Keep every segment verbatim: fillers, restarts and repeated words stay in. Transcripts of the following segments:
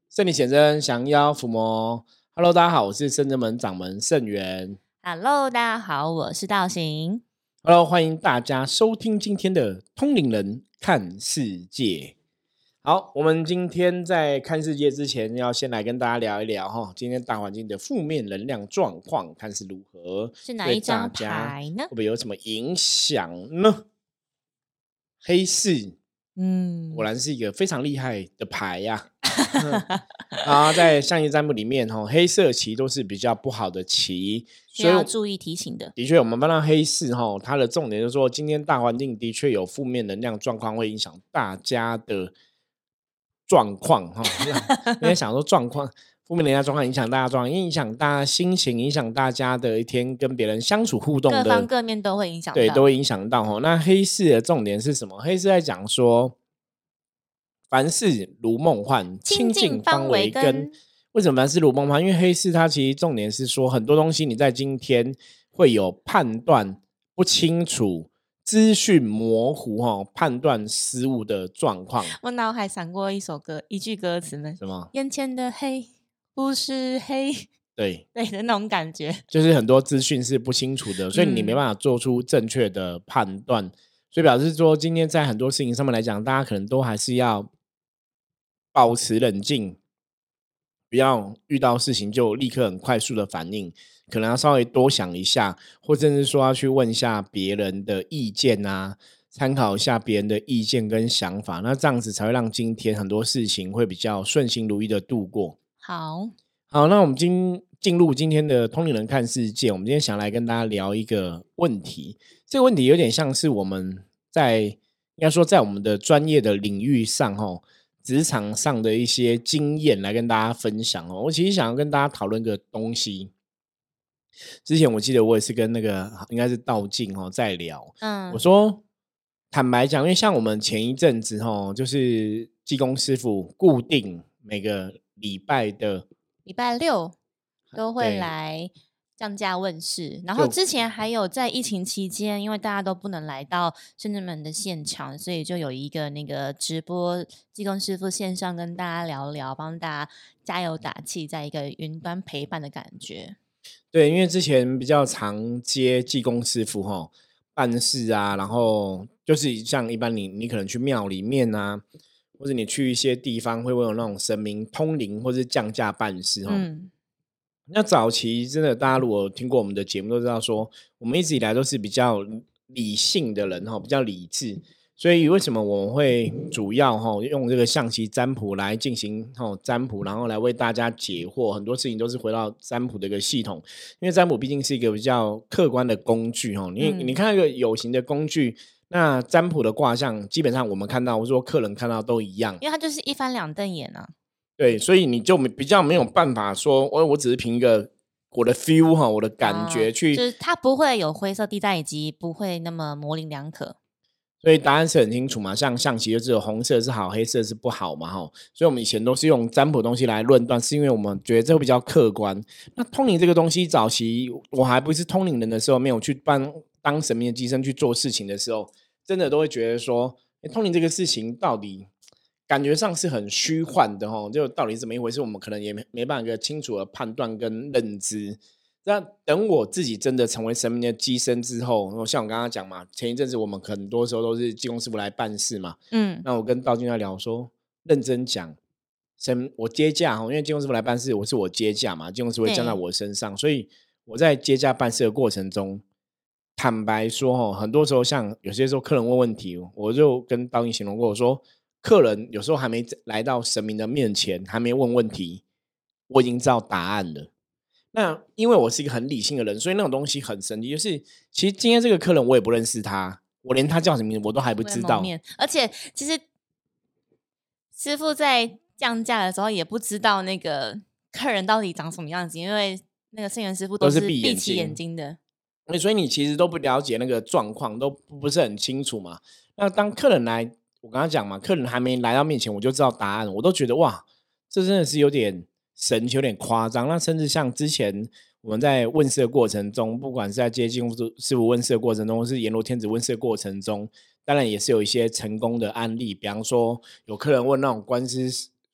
圣理显真，降妖伏魔。Hello， 大家好，我是圣真门掌门圣元。 Hello，大家好，我是道行。 Hello， 欢迎大家收听今天的通灵人看世界。好，我们今天在看世界之前，要先来跟大家聊一聊哈，今天大环境的负面能量状况看是如何， 是哪一张牌呢？ 会不会有什么影响呢？黑市，嗯，果然是一个非常厉害的牌呀、啊。然后在象棋占卜里面，黑色棋都是比较不好的棋， 需要注意提醒的。 的确，我们搬到黑市，它的重点就是说，今天大环境的确有负面能量状况，会影响大家的状况。因为想说状况，负面能量状况影响大家状况，影响大家心情，影响大家的一天跟别人相处互动的各方各面都会影响到， 对，都会影响到。那黑市的重点是什么？黑市在讲说，凡事如梦幻，清净方为根。为什么凡事如梦幻？因为黑市它其实重点是说，很多东西你在今天会有判断不清楚、资讯模糊、判断失误的状况。 我脑海闪过一首歌，一句歌词呢？ 什么？ 眼前的黑不是黑。 对对的那种感觉， 就是很多资讯是不清楚的，所以你没办法做出正确的判断。嗯、所以表示说，今天在很多事情上面来讲，大家可能都还是要保持冷静，不要遇到事情就立刻很快速的反应，可能要稍微多想一下，或甚至说要去问一下别人的意见啊，参考一下别人的意见跟想法，那这样子才会让今天很多事情会比较顺心如意的度过。 好， 好，那我们今进入今天的通灵人看世界，我们今天想来跟大家聊一个问题，这个问题有点像是我们在应该说在我们的专业的领域上齁，职场上的一些经验来跟大家分享哦。我其实想要跟大家讨论个东西。之前我记得我也是跟那个应该是道静哦在聊，嗯，我说坦白讲，因为像我们前一阵子哦，就是技工师傅固定每个礼拜的礼拜六都会来降价问世，然后之前还有在疫情期间，因为大家都不能来到圣真门的现场，所以就有一个那个直播技工师傅线上跟大家聊聊，帮大家加油打气，在一个云端陪伴的感觉。 对，因为之前比较常接技工师傅齁办事啊，然后就是像一般你你可能去庙里面啊，或者你去一些地方会有那种神明通灵或是降价办事齁。嗯，那早期真的，大家如果听过我们的节目都知道说，我们一直以来都是比较理性的人，比较理智，所以为什么我们会主要用这个象棋占卜来进行占卜，然后来为大家解惑，很多事情都是回到占卜的一个系统，因为占卜毕竟是一个比较客观的工具，你你看一个有形的工具，那占卜的卦象基本上我们看到或者说客人看到都一样， 因为它就是一翻两瞪眼啊。 对，所以你就比较没有办法说，我我只是凭一个我的 feel 哈，我的感觉去， 哦、就是它不会有灰色地带，以及不会那么模棱两可。 所以答案是很清楚嘛，像象棋就只有红色是好，黑色是不好嘛，哈。所以我们以前都是用占卜东西来论断，是因为我们觉得这个比较客观。那通灵这个东西，早期我还不是通灵人的时候，没有去帮当神明的机身去做事情的时候，真的都会觉得说，通灵这个事情到底感觉上是很虚幻的齁，就到底是怎么一回事，我们可能也没没办法一个清楚的判断跟认知。那等我自己真的成为神明的机身之后，像我刚刚讲嘛，前一阵子我们很多时候都是技工师傅来办事嘛，嗯，那我跟道静在聊说，认真讲，神我接驾，因为技工师傅来办事，我是我接驾嘛，技工师傅会降在我身上，所以我在接驾办事的过程中，坦白说，很多时候像有些时候客人问问题，我就跟道静形容过，我说客人有时候还没来到神明的面前，还没问问题，我已经知道答案了。那因为我是一个很理性的人，所以那种东西很神奇，就是其实今天这个客人我也不认识他，我连他叫什么名字我都还不知道。 而且其实师傅在降价的时候也不知道那个客人到底长什么样子，因为那个圣元师傅都是闭起眼睛的， 所以你其实都不了解那个状况，都不是很清楚嘛。那当客人来，我刚刚讲嘛，客人还没来到面前我就知道答案，我都觉得哇，这真的是有点神奇，有点夸张。那甚至像之前我们在问世的过程中，不管是在接近师傅问世的过程中，或是阎罗天子问世的过程中，当然也是有一些成功的案例，比方说有客人问那种官司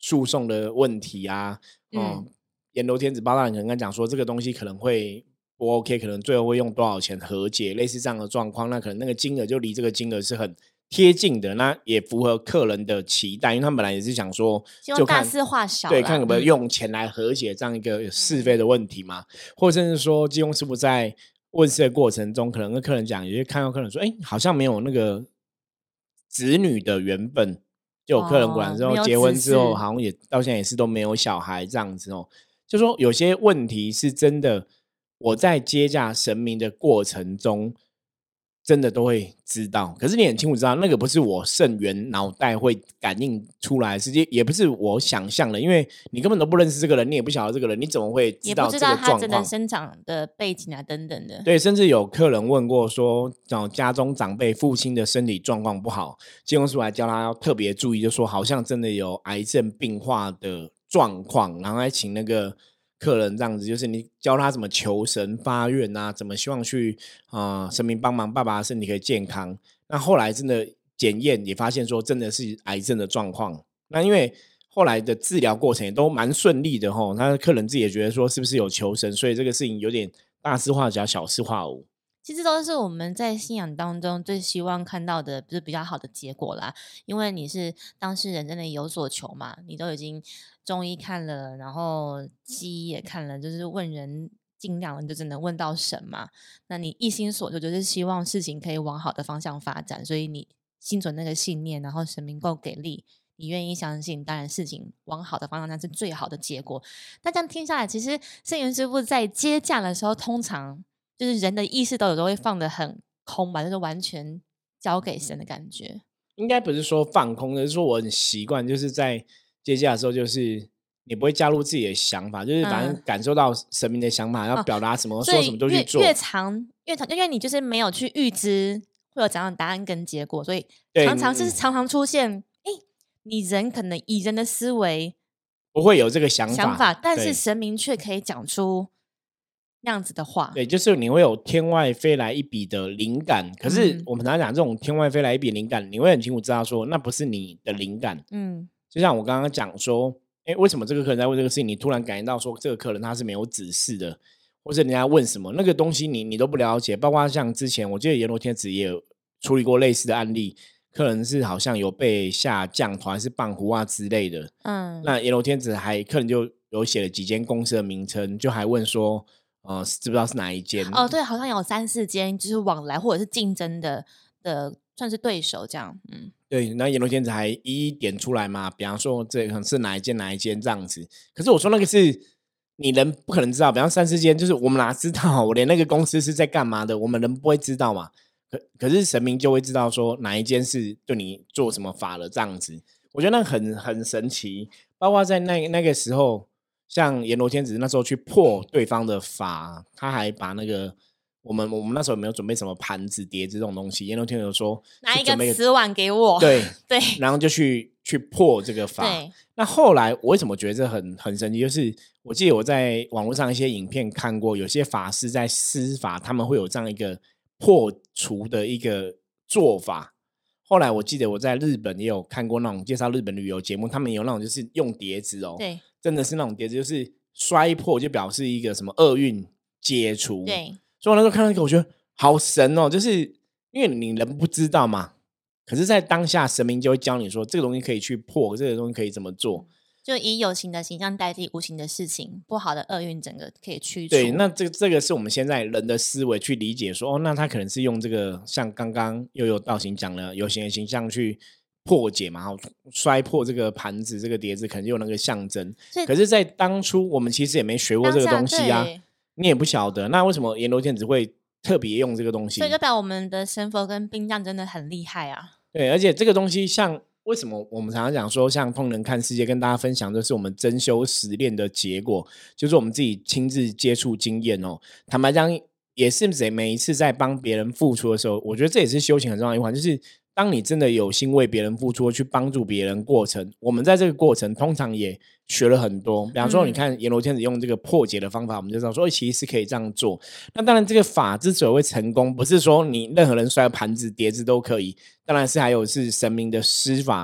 诉讼的问题啊，哦、嗯，阎罗天子包大人可能跟讲说这个东西可能会不 OK， 可能最后会用多少钱和解，类似这样的状况，那可能那个金额就离这个金额是很贴近的，那也符合客人的期待，因为他们本来也是想说希望大事化小， 对，看有没有用钱来和解这样一个是非的问题嘛，嗯、或者甚至说济公师傅在问世的过程中，可能跟客人讲，也就看到客人说，哎，好像没有那个子女的原本，就有客人果然之后、哦、结婚之后，好像也到现在也是都没有小孩这样子哦，就说有些问题是真的，我在接驾神明的过程中。真的都会知道，可是你很清楚知道，那个不是我圣元脑袋会感应出来的世界，也不是我想象的，因为你根本都不认识这个人，你也不晓得这个人，你怎么会知道这个状况？也不知道他真的生长的背景啊，等等的。 对，甚至有客人问过说，讲家中长辈父亲的身体状况不好，济公师傅来教他要特别注意，就说好像真的有癌症病化的状况，然后还请那个。客人这样子，就是你教他怎么求神发愿啊，怎么希望去啊、呃、神明帮忙，爸爸的身体可以健康。那后来真的检验也发现说，真的是癌症的状况。那因为后来的治疗过程也都蛮顺利的吼，他客人自己也觉得说，是不是有求神，所以这个事情有点大事化小，小事化无。 其实都是我们在信仰当中最希望看到的，就是比较好的结果啦。因为你是当事人，真的有所求嘛，你都已经中医看了，然后西医也看了，就是问人尽量你就只能问到神嘛。那你一心所求就是希望事情可以往好的方向发展，所以你心存那个信念，然后神明够给力，你愿意相信，当然事情往好的方向那是最好的结果。但这样听下来，其实圣元师傅在接驾的时候，通常就是人的意识都有时候会放得很空吧，就是完全交给神的感觉。 应该不是说放空，而是说我很习惯，就是在接驾的时候，就是你不会加入自己的想法，就是反正感受到神明的想法，嗯、要表达什么、哦、说什么都去做。 越长越长，因为你就是没有去预知会有怎样的答案跟结果，所以常常是常常出现，哎、嗯，你人可能以人的思维不会有这个想法， 想法，但是神明却可以讲出。那样子的话， 对，就是你会有天外飞来一笔的灵感，可是我们常常讲这种天外飞来一笔灵感，你会很清楚知道说那不是你的灵感。嗯，就像我刚刚讲说，哎，为什么这个客人在问这个事情，你突然感觉到说这个客人他是没有指示的，或者人家问什么那个东西你你都不了解，包括像之前我记得阎罗天子也有处理过类似的案例，客人是好像有被下降头还是棒胡啊之类的，嗯，那阎罗天子还客人就有写了几间公司的名称，就还问说。呃，知不知道是哪一间？ 哦，对，好像有三四间，就是往来或者是竞争的的，算是对手这样。嗯， 对，那阎罗天子还一一点出来嘛，比方说这可能是哪一间哪一间这样子。可是我说那个是你人不可能知道，比方三四间，就是我们哪知道？我连那个公司是在干嘛的，我们人不会知道嘛。可可是神明就会知道说哪一间是对你做什么法了这样子。我觉得那很很神奇，包括在那那个时候。像阎罗天子那时候去破对方的法，他还把那个我们我们那时候有没有准备什么盘子碟子这种东西？阎罗天子说拿一个瓷碗给我， 对对， 然后就去去破这个法。那后来我为什么觉得这很很神奇？就是我记得我在网络上一些影片看过，有些法师在施法，他们会有这样一个破除的一个做法。后来我记得我在日本也有看过那种介绍日本旅游节目，他们有那种就是用碟子哦， 对。 真的是那种碟子，就是摔破就表示一个什么厄运解除。 对， 所以我那时候看到一个，我觉得好神哦，就是因为你人不知道嘛，可是在当下神明就会教你说，这个东西可以去破，这个东西可以怎么做， 就以有形的形象代替无形的事情，不好的厄运整个可以驱除。 对，那这这个是我们现在人的思维去理解说，哦，那他可能是用这个像刚刚又有道行讲了有形的形象去。破解嘛，然后摔破这个盘子、这个碟子，可能就有那个象征。可是，在当初我们其实也没学过这个东西啊，你也不晓得。那为什么阎罗天子会特别用这个东西？ 所以就表我们的神佛跟兵将真的很厉害啊。 对，而且这个东西像为什么我们常常讲说，像通人看世界跟大家分享，就是我们真修实练的结果，就是我们自己亲自接触经验哦。坦白讲，也是每一次在帮别人付出的时候，我觉得这也是修行很重要的一环，就是。当你真的有心为别人付出，去帮助别人过程，我们在这个过程通常也学了很多。比方说，你看阎罗天子用这个破解的方法，我们就知道说，其实是可以这样做。那当然，这个法之所以会成功，不是说你任何人摔盘子、碟子都可以，当然是还有是神明的施法，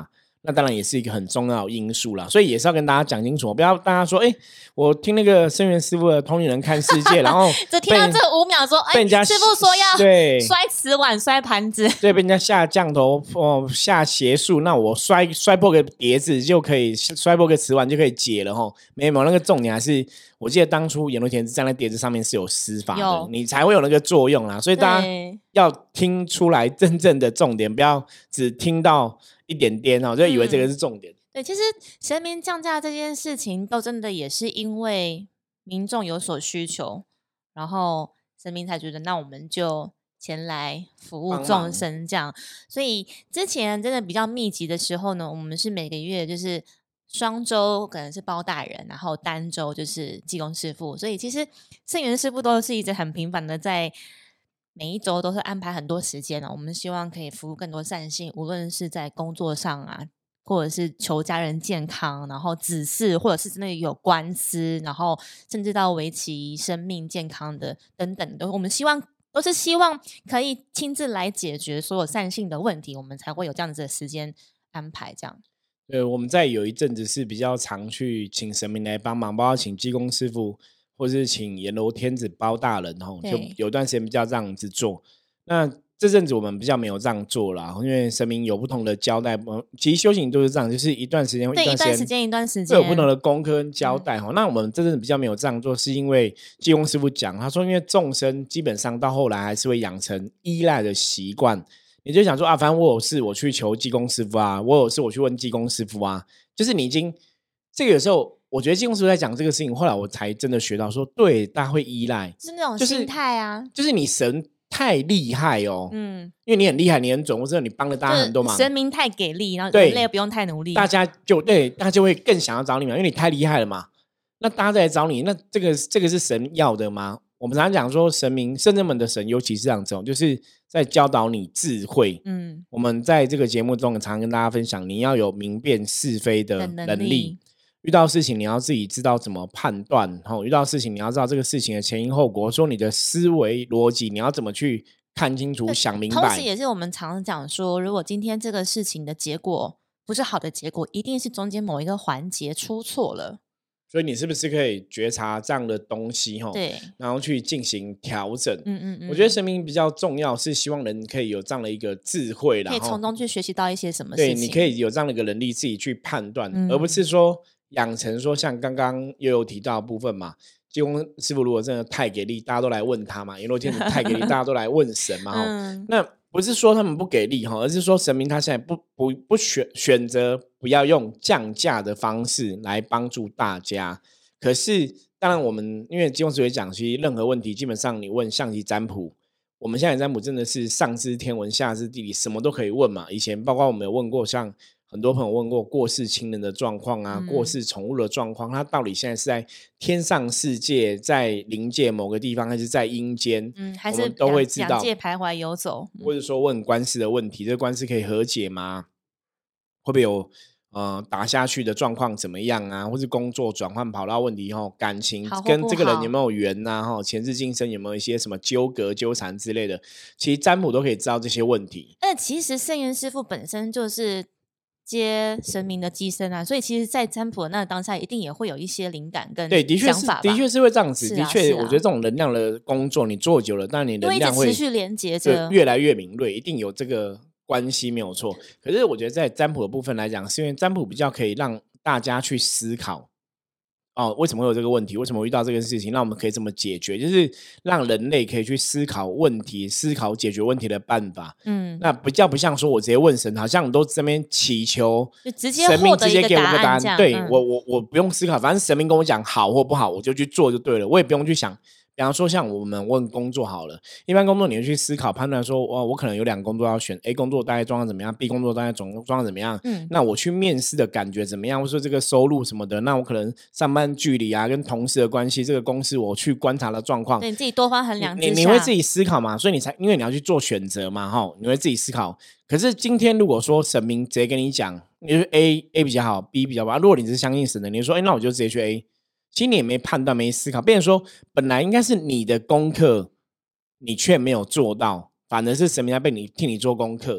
那当然也是一个很重要的因素啦，所以也是要跟大家讲清楚，不要大家说，哎、欸，我听那个圣元师傅的通灵人看世界，然后就听到这五秒说，哎、欸，师傅说要对摔瓷碗、摔盘子， 对，被人家下降头哦，下邪术，那我摔摔破个碟子就可以，摔破个瓷碗就可以解了吼。没有，那个重点还是，我记得当初阎罗天子站在碟子上面是有施法的，你才会有那个作用啦。所以大家要听出来真正的重点，不要只听到一点点哦，就以为这个是重点。 嗯、对，其实神明降价这件事情，都真的也是因为民众有所需求，然后神明才觉得，那我们就前来服务众生这样。所以之前真的比较密集的时候呢，我们是每个月就是双周可能是包大人，然后单周就是济公师傅。所以其实圣元师傅都是一直很频繁的在每一周都是安排很多时间、哦、我们希望可以服务更多善信，无论是在工作上啊，或者是求家人健康，然后子嗣，或者是真的有官司，然后甚至到维持生命健康的等等的，我们希望都是希望可以亲自来解决所有善信的问题，我们才会有这样子的时间安排这样。 对，我们在有一阵子是比较常去请神明来帮忙，包括请济公师傅或是请阎罗天子包大人，就有段时间比较这样子做。那这阵子我们比较没有这样做啦，因为神明有不同的交代，其实修行都是这样，就是一段时间对一段时间一段时间会有不同的功课跟交代、嗯、那我们这阵子比较没有这样做，是因为济公师傅讲，他说因为众生基本上到后来还是会养成依赖的习惯，你就想说啊，反正我有事我去求济公师傅啊，我有事我去问济公师傅啊，就是你已经这个有时候我觉得济公师傅在讲这个事情，后来我才真的学到说，对，大家会依赖， 是那种心态啊、 就是，就是你神太厉害哦，嗯，因为你很厉害，你很准，或者你帮了大家很多忙， 神明太给力，然后人类不用太努力， 大家就对，大家就会更想要找你嘛，因为你太厉害了嘛。那大家再来找你，那这个这个是神要的吗？我们常常讲说，神明圣真门的神，尤其是这样子，就是在教导你智慧。嗯，我们在这个节目中常常跟大家分享，你要有明辨是非的能力。遇到事情你要自己知道怎么判断，遇到事情你要知道这个事情的前因后果，说你的思维逻辑你要怎么去看清楚想明白。 同时也是我们常常讲说，如果今天这个事情的结果不是好的结果，一定是中间某一个环节出错了， 所以你是不是可以觉察这样的东西， 对， 然后去进行调整。 嗯嗯嗯， 我觉得神明比较重要，是希望人可以有这样的一个智慧， 可以从中去学习到一些什么事情。 对，你可以有这样的一个能力自己去判断、嗯、而不是说养成说像刚刚又有提到的部分嘛，济公师傅如果真的太给力，大家都来问他嘛，阎罗天子太给力大家都来问神嘛、嗯、那不是说他们不给力，而是说神明他现在不不不选选择不要用降价的方式来帮助大家。可是当然我们因为济公师傅讲，其实任何问题基本上你问象棋占卜，我们象棋占卜真的是上知天文下知地理，什么都可以问嘛。以前包括我们有问过，像很多朋友问过过世亲人的状况啊、嗯、过世宠物的状况，他到底现在是在天上世界，在灵界某个地方，还是在阴间、 嗯、还是我们都会知道， 两界徘徊游走、 嗯、或者说问官司的问题，这个官司可以和解吗？会不会有呃打下去的状况怎么样啊？或是工作转换跑道问题，感情跟这个人有没有缘啊？前世今生有没有一些什么纠葛纠缠之类的，其实占卜都可以知道这些问题。 但其实圣元师傅本身就是接神明的机身啊，所以其实在占卜的那当下一定也会有一些灵感跟对，的确是的确是会这样子、啊、的确、啊、我觉得这种能量的工作你做久了，但你能量会持续连接着越来越敏锐，一定有这个关系没有错。可是我觉得在占卜的部分来讲，是因为占卜比较可以让大家去思考哦，为什么会有这个问题，为什么会遇到这个事情，那我们可以怎么解决，就是让人类可以去思考问题，思考解决问题的办法。嗯，那比较不像说我直接问神，好像我都这边祈求就直接获得一个答案， 答案对、嗯、我我我不用思考，反正神明跟我讲好或不好我就去做就对了，我也不用去想。比方说像我们问工作好了，一般工作你会去思考判断说，哇，我可能有两个工作要选， A 工作大概状况怎么样， B 工作大概状况怎么样、嗯、那我去面试的感觉怎么样，或者说这个收入什么的，那我可能上班距离啊，跟同事的关系，这个公司我去观察的状况， 对你自己多方衡量之下， 你, 你会自己思考嘛，所以你才因为你要去做选择嘛，你会自己思考。可是今天如果说神明直接跟你讲，你就 A A 比较好 B 比较好，如果你是相信神的，你就说、欸、那我就直接去 A，其实你也没判断没思考，变成说本来应该是你的功课你却没有做到，反而是神明在被你替你做功课。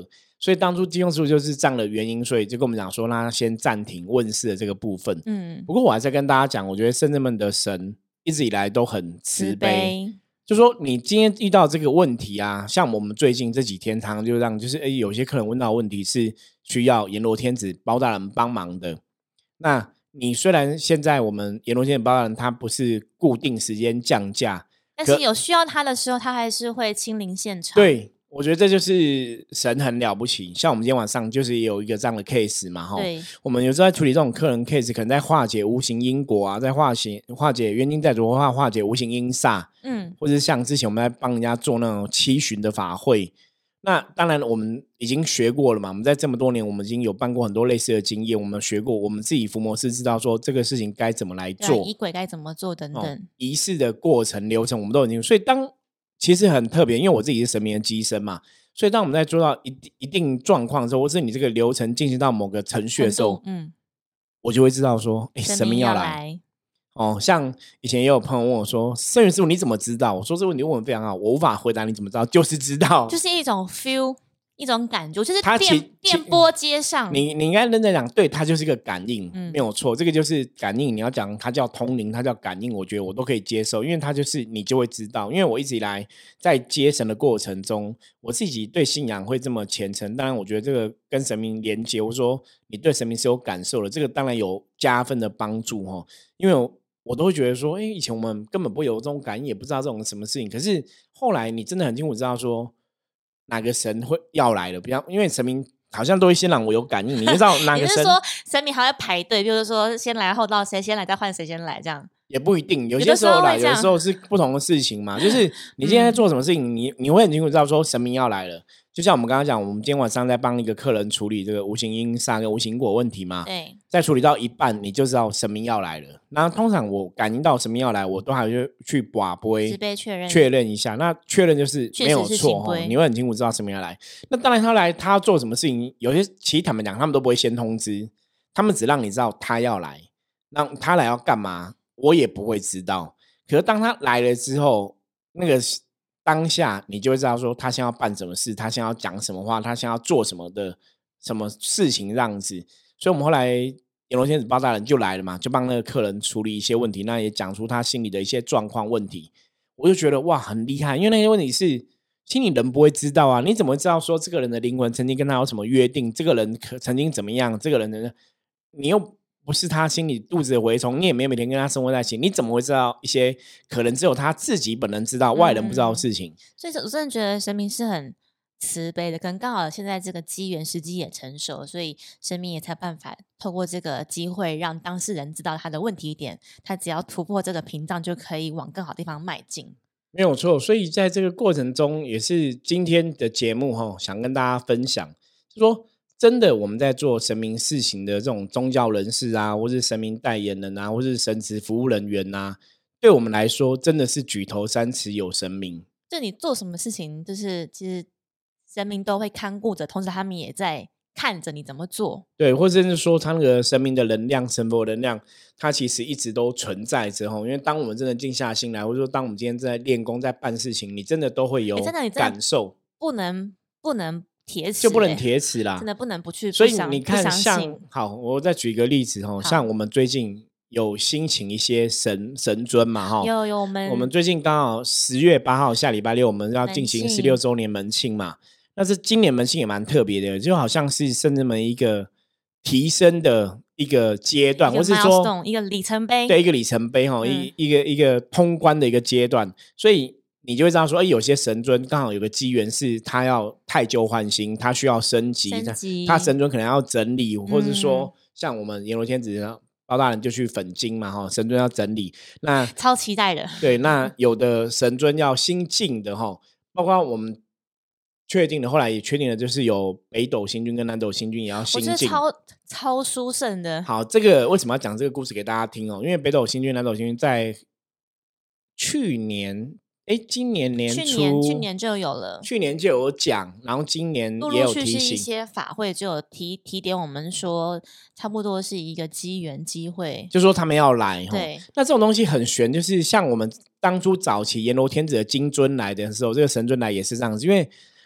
所以当初金庸师傅就是这样的原因，所以就跟我们讲说，让他先暂停问世的这个部分。嗯，不过我还在跟大家讲，我觉得圣人们的神一直以来都很慈悲，慈悲就说你今天遇到这个问题啊，像我们最近这几天常常就让就是、欸、有些客人问到的问题是需要阎罗天子包大人帮忙的，那你虽然现在我们阎罗天子包大人他不是固定时间降价， 但是有需要他的时候他还是会亲临现场。 对，我觉得这就是神很了不起。像我们今天晚上就是也有一个这样的 case 嘛，对，我们有时候在处理这种客人 case， 可能在化解无形因果啊，在化解化解冤亲债主，化化解无形阴煞，嗯，或者像之前我们在帮人家做那种七旬的法会。那当然我们已经学过了嘛，我们在这么多年我们已经有办过很多类似的经验，我们学过，我们自己伏魔师知道说这个事情该怎么来做， 仪轨该怎么做等等、哦、 仪式的过程流程我们都已经，所以当其实很特别，因为我自己是神明的机身嘛，所以当我们在做到 一, 一定状况的时候，或是你这个流程进行到某个程序的时候，嗯，我就会知道说、欸、神明要来哦。像以前也有朋友问我说，圣元师傅你怎么知道？我说这个问题问得非常好，我无法回答你怎么知道，就是知道， 就是一种 feel， 一种感觉，就是电电波接上。 你你应该认真讲，对，它就是一个感应、嗯、没有错，这个就是感应。你要讲它叫通灵，它叫感应，我觉得我都可以接受，因为它就是你就会知道。因为我一直以来在接神的过程中，我自己对信仰会这么虔诚，当然我觉得这个跟神明连接，我说你对神明是有感受的，这个当然有加分的帮助齁。因为我我都会觉得说，哎，以前我们根本不会有这种感应，也不知道这种什么事情。可是后来你真的很清楚知道说，哪个神会要来了，比方因为神明好像都会先让我有感应，你知道哪个神？ 你是说神明还会排队，比如说先来后到，谁先来再换谁先来这样？ 也不一定，有些时候啦，有的时候是不同的事情嘛。就是你今天在做什么事情，嗯、你你会很清楚知道说神明要来了。就像我们刚刚讲，我们今天晚上在帮一个客人处理这个无形阴煞跟无形果问题嘛。对，在处理到一半，你就知道神明要来了。那通常我感应到神明要来，我都还会去拔杯， 慈悲确认确认一下。那确认就是没有错，你会很清楚知道神明要来。那当然他来，他要做什么事情，有些其实坦白讲，他们都不会先通知，他们只让你知道他要来。那他来要干嘛？我也不会知道，可是当他来了之后，那个当下你就会知道说他想要办什么事，他想要讲什么话，他想要做什么的什么事情这样子。所以我们后来阎罗天子包大人就来了嘛，就帮那个客人处理一些问题，那也讲出他心里的一些状况问题。我就觉得哇很厉害，因为那些问题是心里人不会知道啊，你怎么会知道说这个人的灵魂曾经跟他有什么约定，这个人可曾经怎么样，这个人的你又不是他心里肚子的蛔虫，你也没有每天跟他生活在一起，你怎么会知道一些可能只有他自己本人知道、嗯、外人不知道的事情？ 所以我真的觉得神明是很慈悲的，可能刚好现在这个机缘时机也成熟，所以神明也才办法透过这个机会让当事人知道他的问题点，他只要突破这个屏障就可以往更好的地方迈进。 没有错，所以在这个过程中也是今天的节目想跟大家分享，就说真的我们在做神明事情的这种宗教人士啊，或是神明代言人啊，或是神职服务人员啊，对我们来说真的是举头三尺有神明， 就你做什么事情就是其实神明都会看顾着，同时他们也在看着你怎么做。 对，或者是说他那个神明的能量，神佛能量它其实一直都存在着，因为当我们真的静下心来，或者说当我们今天在练功在办事情，你真的都会有感受， 不能不能铁齿、欸、 就不能铁齿啦， 真的不能不去不所以你看像好我再举一个例子，像我们最近有新请一些神神尊嘛， 有有我们我们最近刚好十月八号下礼拜六我们要进行十六周年门庆嘛，那是今年门庆也蛮特别的，就好像是圣人们一个提升的一个阶段，或是说一个里程碑， 对，一个里程碑、嗯、一, 一, 个一个通关的一个阶段，所以你就会知道说，哎，有些神尊刚好有个机缘是他要太旧换新，他需要升级， 升级他神尊可能要整理，或者说、嗯、像我们阎罗天子包大人就去粉金嘛，神尊要整理，那超期待的。 对，那有的神尊要新进的，包括我们确定的，后来也确定了，就是有北斗星君跟南斗星君也要新进， 我觉得超超殊胜的。 好，这个为什么要讲这个故事给大家听哦？因为北斗星君、南斗星君在去年。哎，今年年初去年去年就有了， 去年就有讲，然后今年也有提醒，陆陆续续一些法会就有提提点我们说，差不多是一个机缘机会， 就说他们要来。 对， 那这种东西很玄，就是像我们当初早期阎罗天子的金尊来的时候，这个神尊来也是这样子，因为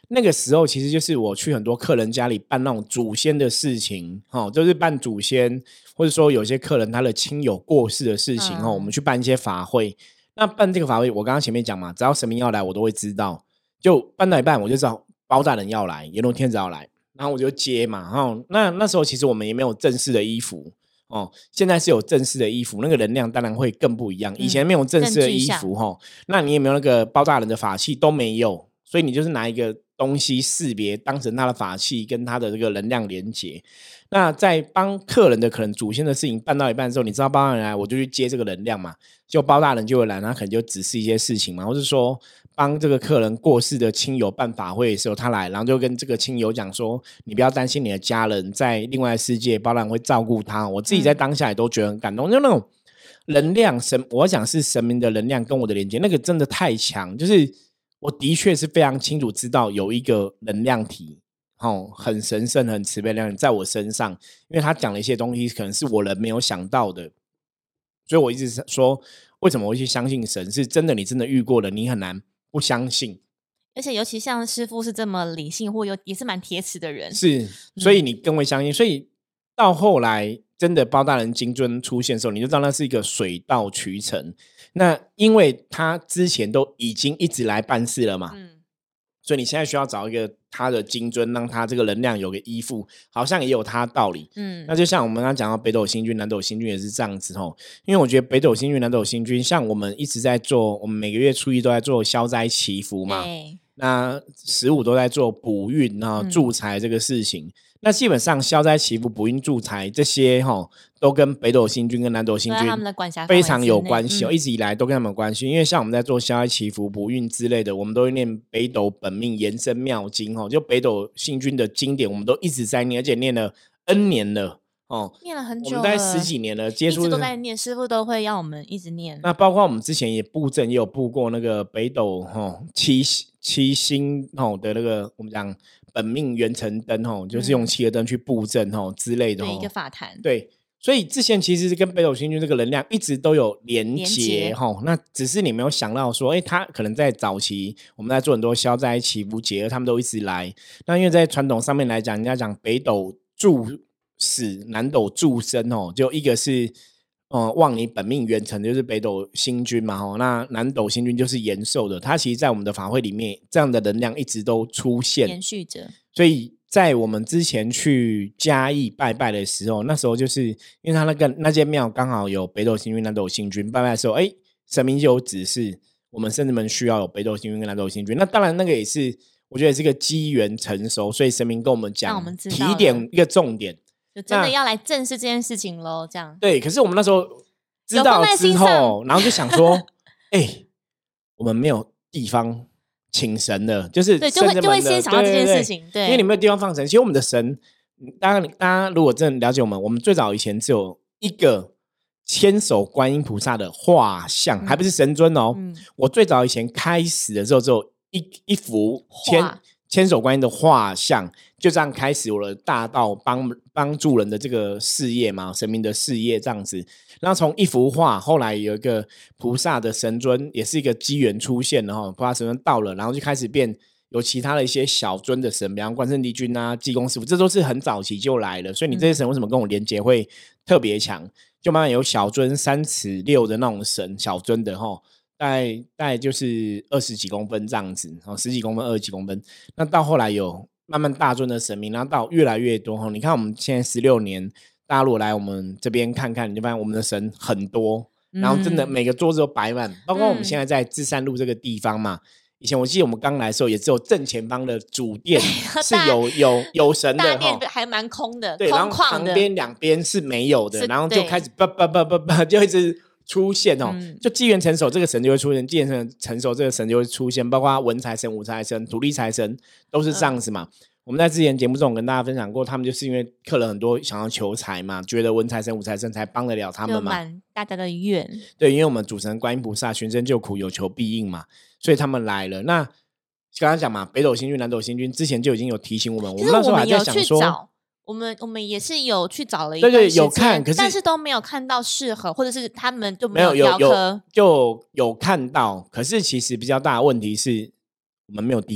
那个时候其实就是我去很多客人家里办那种祖先的事情，哦，就是办祖先，或者说有些客人他的亲友过世的事情，哦，我们嗯去办一些法会。那办这个法会，我刚刚前面讲嘛，只要神明要来，我都会知道。就办到一半，我就知道包大人要来，阎罗天子要来，然后我就接嘛。哦，那那时候其实我们也没有正式的衣服哦，现在是有正式的衣服，那个能量当然会更不一样。以前没有正式的衣服， 嗯哦，那你也没有那个包大人的法器都没有，所以你就是拿一个东西识别当成他的法器跟他的这个能量连接。那在帮客人的可能祖先的事情办到一半的时候，你知道包大人来，我就去接这个能量嘛，就包大人就会来，他可能就指示一些事情嘛，或是说帮这个客人过世的亲友办法会的时候他来，然后就跟这个亲友讲说，你不要担心你的家人在另外的世界，包大人会照顾他。我自己在当下也都觉得很感动，就那种能量神，我想是神明的能量跟我的连接，那个真的太强，就是我的确是非常清楚知道有一个能量体，哦，很神圣很慈悲的能量在我身上，因为他讲了一些东西可能是我人没有想到的，所以我一直说为什么我会去相信神，是真的你真的遇过了，你很难不相信。 而且尤其像师父是这么理性或有也是蛮铁齿的人， 是，所以你更会相信、嗯、所以到后来真的包大人金尊出现的时候，你就知道那是一个水到渠成。那因为他之前都已经一直来办事了嘛、嗯、所以你现在需要找一个他的金尊，让他这个能量有个依附，好像也有他的道理。嗯，那就像我们刚刚讲到北斗星君南斗星君也是这样子齁，因为我觉得北斗星君南斗星君像我们一直在做，我们每个月初一都在做消灾祈福嘛，那十五都在做补运啊、助财这个事情、嗯、那基本上消灾祈福补运助财这些齁都跟北斗星君跟南斗星君非常有关系、哦嗯、一直以来都跟他们有关系。因为像我们在做消灾祈福补运之类的，我们都会念北斗本命延伸妙经、哦、就北斗星君的经典我们都一直在念，而且念了 N 年了哦， 念了很久了， 我们大概十几年了，接触一直都在念，师父都会让我们一直念。 那包括我们之前也布阵，也有布过那个北斗、哦、七, 七星、哦、的那个我们讲本命元辰灯、哦、就是用七个灯去布阵、哦、之类的、哦、 对一个法坛。 对，所以之前其实是跟北斗星君这个能量一直都有连结、哦、那只是你没有想到说，哎，他可能在早期我们在做很多消灾祈福节而他们都一直来。那因为在传统上面来讲，人家讲北斗助死南斗助生、哦、就一个是呃，旺你本命元辰就是北斗星君嘛、哦、那南斗星君就是延寿的，它其实在我们的法会里面这样的能量一直都出现延续着。 所以在我们之前去嘉义拜拜的时候，那时候就是因为他那个那间庙刚好有北斗星君南斗星君，拜拜的时候哎，神明就有指示我们圣子们需要有北斗星君跟南斗星君。那当然那个也是我觉得也是个机缘成熟，所以神明跟我们讲提点一个重点， 就真的要来正视这件事情咯，这样。 对，可是我们那时候知道之后，然后就想说哎、欸，我们没有地方请神了，就是对，就会就会先想到这件事情。 对, 对, 对, 对， 因为你没有地方放神。其实我们的神大家大家如果真的了解我们，我们最早以前只有一个千手观音菩萨的画像、嗯、还不是神尊哦、嗯、我最早以前开始的时候只有一一幅千千手观音的画像，就这样开始我的大道帮帮助人的这个事业嘛，神明的事业这样子。然后从一幅画后来有一个菩萨的神尊，也是一个机缘出现了哈，菩萨神尊到了，然后就开始变有其他的一些小尊的神，比方关圣帝君啊、济公师傅，这都是很早期就来了。所以你这些神为什么跟我连结会特别强、嗯、就慢慢有小尊三尺六的那种神，小尊的齁大概大概就是二十几公分这样子，十几公分二十几公分。那到后来有慢慢大尊的神明，然后到越来越多。你看我们现在十六年，大家如果来我们这边看看，你就发现我们的神很多，然后真的每个桌子都摆满、嗯、包括我们现在在至善路这个地方嘛，以前我记得我们刚来的时候也只有正前方的主殿是有有有神的， 大殿还蛮空的， 对， 空然后旁边两边是没有的，然后就开始叭叭叭叭叭就一直出现哦、嗯，就机缘成熟这个神就会出现，机缘成熟这个神就会出现，包括文财神、武财神、土地财神都是这样子嘛、嗯。我们在之前节目中跟大家分享过，他们就是因为客人很多想要求财嘛，觉得文财神、武财神才帮得了他们嘛， 就满大家的愿。 对，因为我们主神观音菩萨寻声救苦，有求必应嘛，所以他们来了。那刚刚讲嘛，北斗星君、南斗星君之前就已经有提醒我们，我们那时候还在想说。 我们我们也是有去找了一段时间，对对， 有看，可是但是都没有看到适合，或者是他们就没有雕刻， 有有就有看到，可是其实比较大的问题是我们没有地方。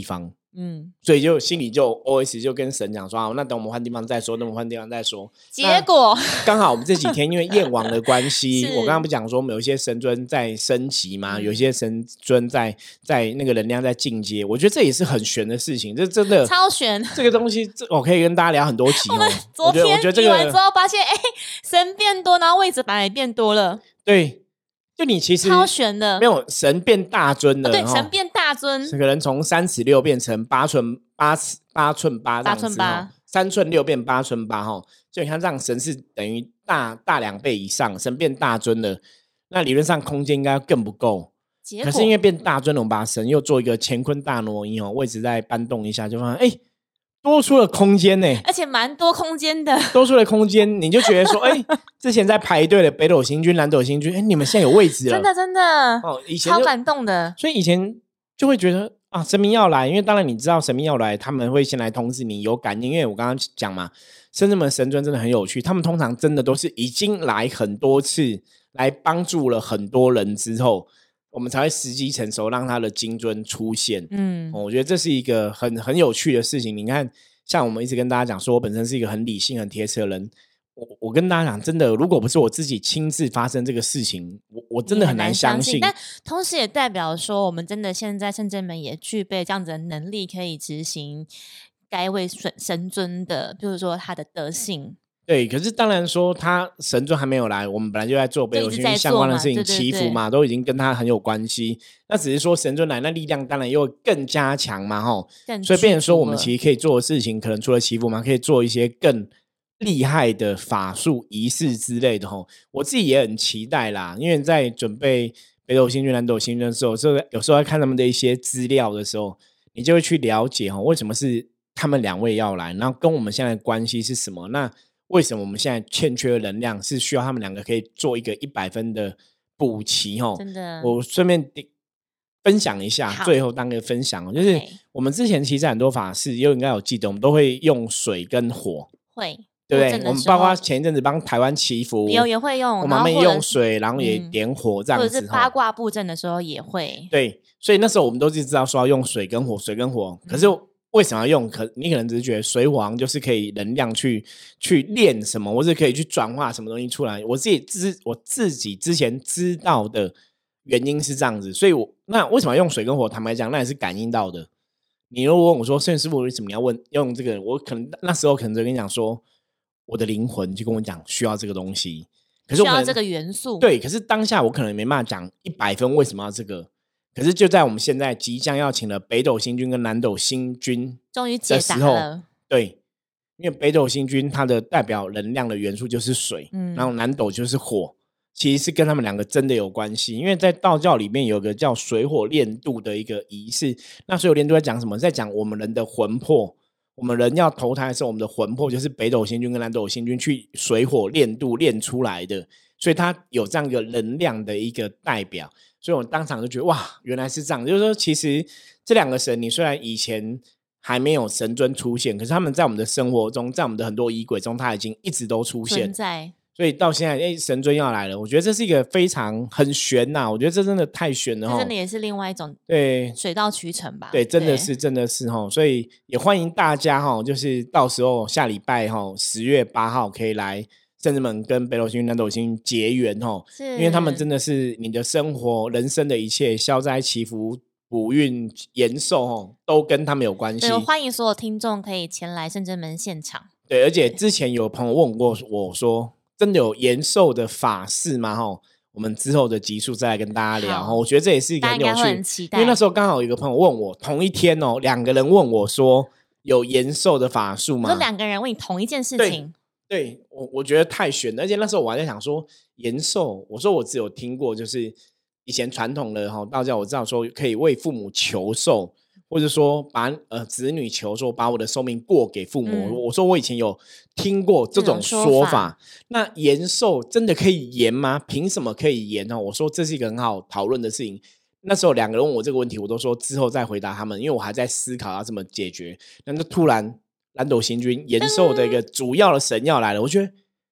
嗯，所以就心里就 O S 就跟神讲说啊，那等我们换地方再说，等我们换地方再说。 结果刚好我们这几天因为燕王的关系，我刚刚不讲说我们有一些神尊在升级嘛，嗯、有一些神尊在在那个能量在进阶，我觉得这也是很玄的事情，这真的超玄。 这个东西，这我可以跟大家聊很多集哦。 我们昨天比完之后发现，哎、欸，神变多，然后位置反而也变多了。 对。就你其实超悬的， 没有神变大尊了、 哦、对，神变大尊， 可能从三尺六变成八寸八八寸八， 八寸八， 三寸六变八寸八哈。就你看这样，神是等于大大两倍以上，神变大尊了，那理论上空间应该更不够。可是因为变大尊了，我们把神又做一个乾坤大挪移哦，位置再搬动一下，就发现哎。欸多出了空间呢、欸， 而且蛮多空间的。 多出了空间，你就觉得说，哎、欸，之前在排队的北斗星君、南斗星君，哎、欸，你们现在有位置了， 真的真的哦，以前超感动的。 所以以前就会觉得啊，神明要来，因为当然你知道神明要来，他们会先来通知你有感应，因为我刚刚讲嘛，甚至们神尊真的很有趣，他们通常真的都是已经来很多次，来帮助了很多人之后。我们才会时机成熟，让他的金尊出现。嗯、哦，我觉得这是一个很很有趣的事情。你看，像我们一直跟大家讲说，我本身是一个很理性、很铁齿的人。我我跟大家讲，真的，如果不是我自己亲自发生这个事情，我我真的很难相信。 但同时也代表说，我们真的现在圣真门也具备这样子的能力，可以执行该位神尊的，比如说他的德性。 对，可是当然说他神尊还没有来，我们本来就在做北斗星君相关的事情，祈福嘛，都已经跟他很有关系。那只是说神尊来，那力量当然又更加强嘛，吼。所以变成说我们其实可以做的事情，可能除了祈福嘛，可以做一些更厉害的法术仪式之类的吼。我自己也很期待啦，因为在准备北斗星君、南斗星君的时候，有时候在看他们的一些资料的时候，你就会去了解吼，为什么是他们两位要来，然后跟我们现在的关系是什么？那为什么我们现在欠缺的能量是需要他们两个可以做一个一百分的补齐？ 真的， 我顺便分享一下，最后当个分享，就是我们之前其实很多法事，又应该有记得，我们都会用水跟火， 会对不对？我们包括前一阵子帮台湾祈福， 有也会用， 我们也用水，然后也点火这样子， 或者是八卦布阵的时候也会。 对，所以那时候我们都是知道说要用水跟火，水跟火，可是。嗯为什么要用？可你可能只是觉得水火好像就是可以能量去去练什么，或是可以去转化什么东西出来。我自己自我自己之前知道的原因是这样子，所以我那为什么要用水跟火？坦白讲，那也是感应到的。你如果问我说，圣师傅为什么你要问用这个？我可能那时候可能就跟你讲说，我的灵魂就跟我讲需要这个东西，可是我需要这个元素。 对，可是当下我可能没办法讲一百分为什么要这个。可是就在我们现在即将要请了北斗星君跟南斗星君终于解答了， 对，因为北斗星君它的代表能量的元素就是水，嗯，然后南斗就是火，其实是跟他们两个真的有关系。因为在道教里面有个叫水火炼度的一个仪式，那水火炼度在讲什么？在讲我们人的魂魄，我们人要投胎的时候，我们的魂魄就是北斗星君跟南斗星君去水火炼度炼出来的，所以它有这样一个能量的一个代表。所以我当场就觉得哇，原来是这样。就是说，其实这两个神，你虽然以前还没有神尊出现，可是他们在我们的生活中，在我们的很多仪轨中，他已经一直都出现存在。 所以到现在，哎，神尊要来了，我觉得这是一个非常很玄呐、啊。我觉得这真的太玄了， 这真的也是另外一种对水到渠成吧。 对，真的是真的是哈。所以也欢迎大家哈，就是到时候下礼拜哈，十月八号可以来。圣真门跟北斗星君、南斗星君结缘哦，因为他们真的是你的生活、人生的一切，消灾祈福、补运、延寿哦，都跟他们有关系。 对，欢迎所有听众可以前来圣真门现场。 对，而且之前有朋友问过我说，真的有延寿的法事吗？哈，我们之后的集数再来跟大家聊。我觉得这也是一个很有趣， 很期待。 因为那时候刚好有一个朋友问我，同一天哦，两个人问我说有延寿的法术吗？ 就两个人问你同一件事情。 对，我我觉得太悬了，而且那时候我还在想说延寿，我说我只有听过就是以前传统的哈道教，我知道说可以为父母求寿，或者说把呃子女求寿，把我的寿命过给父母。嗯、我说我以前有听过这种说法， 说法那延寿真的可以延吗？凭什么可以延呢？我说这是一个很好讨论的事情。那时候两个人问我这个问题，我都说之后再回答他们，因为我还在思考要怎么解决。那就突然。南斗星君延寿的一个主要的神要来了，我觉得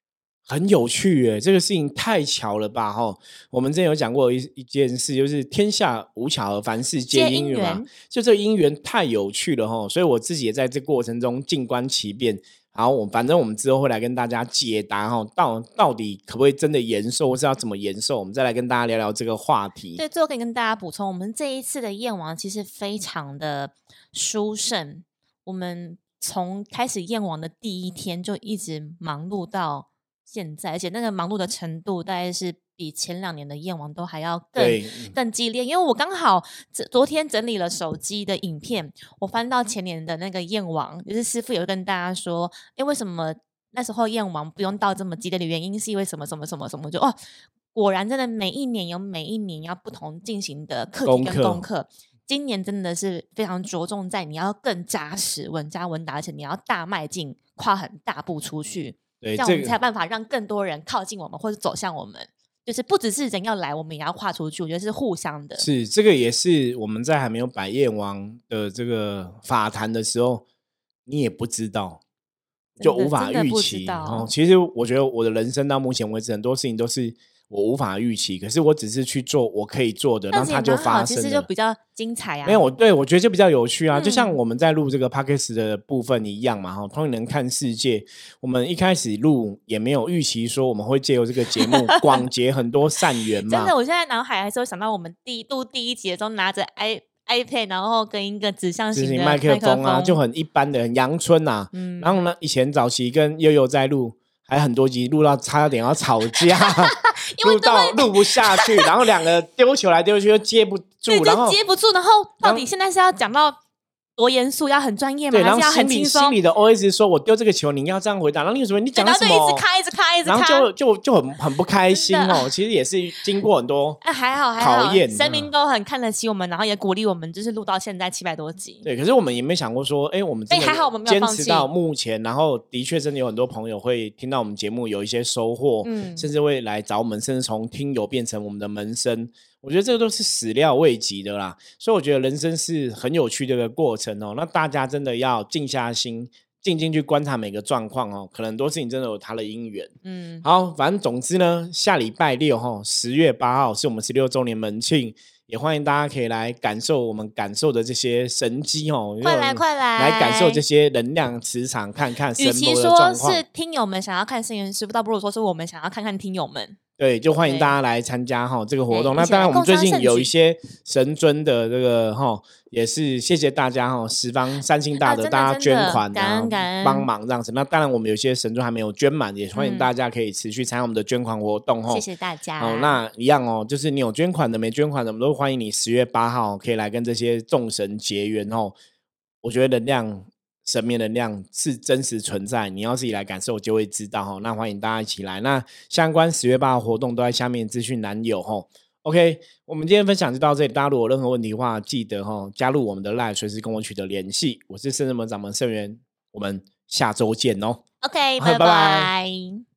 很有趣耶，这个事情太巧了吧齁。我们之前有讲过 一, 一件事，就是天下无巧合，凡事皆因缘嘛，就这个因缘太有趣了齁，所以我自己也在这过程中静观其变。好，我反正我们之后会来跟大家解答齁，到到底可不可以真的延寿，或是要怎么延寿，我们再来跟大家聊聊这个话题。 对，最后可以跟大家补充，我们这一次的验王其实非常的殊胜，我们从开始验王的第一天就一直忙碌到现在，而且那个忙碌的程度大概是比前两年的验王都还要更更激烈。因为我刚好昨天整理了手机的影片，我翻到前年的那个验王，就是师父有跟大家说，哎，为什么那时候验王不用到这么激烈的原因是因为什么什么什么什么，就哦，果然真的每一年有每一年要不同进行的课题跟功课。今年真的是非常着重在你要更扎实、稳扎稳打，而且你要大迈进，跨很大步出去。 对， 这样我们才有办法让更多人靠近我们或者走向我们，就是不只是人要来，我们也要跨出去，我觉得是互相的。 是，这个也是我们在还没有摆验王的这个法坛的时候，你也不知道，就无法预期、哦、其实我觉得我的人生到目前为止很多事情都是我无法预期，可是我只是去做我可以做的，然后它就发生了， 其实就比较精彩啊。 没有，对，我觉得就比较有趣啊、嗯、就像我们在录这个 Podcast 的部分一样嘛，同你能看世界，我们一开始录也没有预期说我们会借由这个节目广结很多善缘嘛。 真的，我现在脑海还是会想到我们第录第一集的时候拿着 i iPad， 然后跟一个指向型的麦克风啊，就很一般的很阳春啊、嗯、然后呢以前早期跟悠悠在录还很多集录到差点要吵架录到录不下去然后两个丢球来丢去又接不住，然后接不住，然后到底现在是要讲到多严肃，要很专业吗？ 对，然后还是要很轻松？ 心里的 O S 说我丢这个球你要这样回答，然后你有什么你讲什么， 一直开一直开一直开， 然后就就就很很不开心哦。其实也是经过很多啊，还好还好，神明都很看得起我们，然后也鼓励我们，就是录到现在七百多集。 对，可是我们也没想过说，哎，我们真的坚持到目前，然后的确真的有很多朋友会听到我们节目有一些收获，嗯，甚至会来找我们，甚至从听友变成我们的门生。我觉得这个都是始料未及的啦，所以我觉得人生是很有趣的一个过程哦。那大家真的要静下心，静静去观察每个状况哦，可能很多事情真的有它的因缘。嗯，好，反正总之呢，下礼拜六哈，十月八号是我们十六周年门庆，也欢迎大家可以来感受我们感受的这些神迹哦， 快来快来， 来感受这些能量磁场，看看神魔的状况。与其说是听友们想要看圣元师傅，倒不如说是我们想要看看听友们。 对，就欢迎大家来参加哈这个活动。那当然，我们最近有一些神尊的这个哈，也是谢谢大家哈，十方三星大德、啊、大家捐款啊，帮忙这样子。那当然，我们有些神尊还没有捐满，也欢迎大家可以持续参加我们的捐款活动哈、 嗯。谢谢大家。 哦，那一样哦，就是你有捐款的、没捐款的，我们都欢迎你十月八号可以来跟这些众神结缘哦。我觉得能量。神明能量是真实存在，你要自己来感受就会知道齁。那欢迎大家一起来，那相关十月八号活动都在下面资讯栏有齁。OK， 我们今天分享就到这里，大家如果有任何问题的话，记得齁加入我们的 LINE， 随时跟我取得联系。我是圣人门掌门圣元，我们下周见哦。 OK， 拜拜。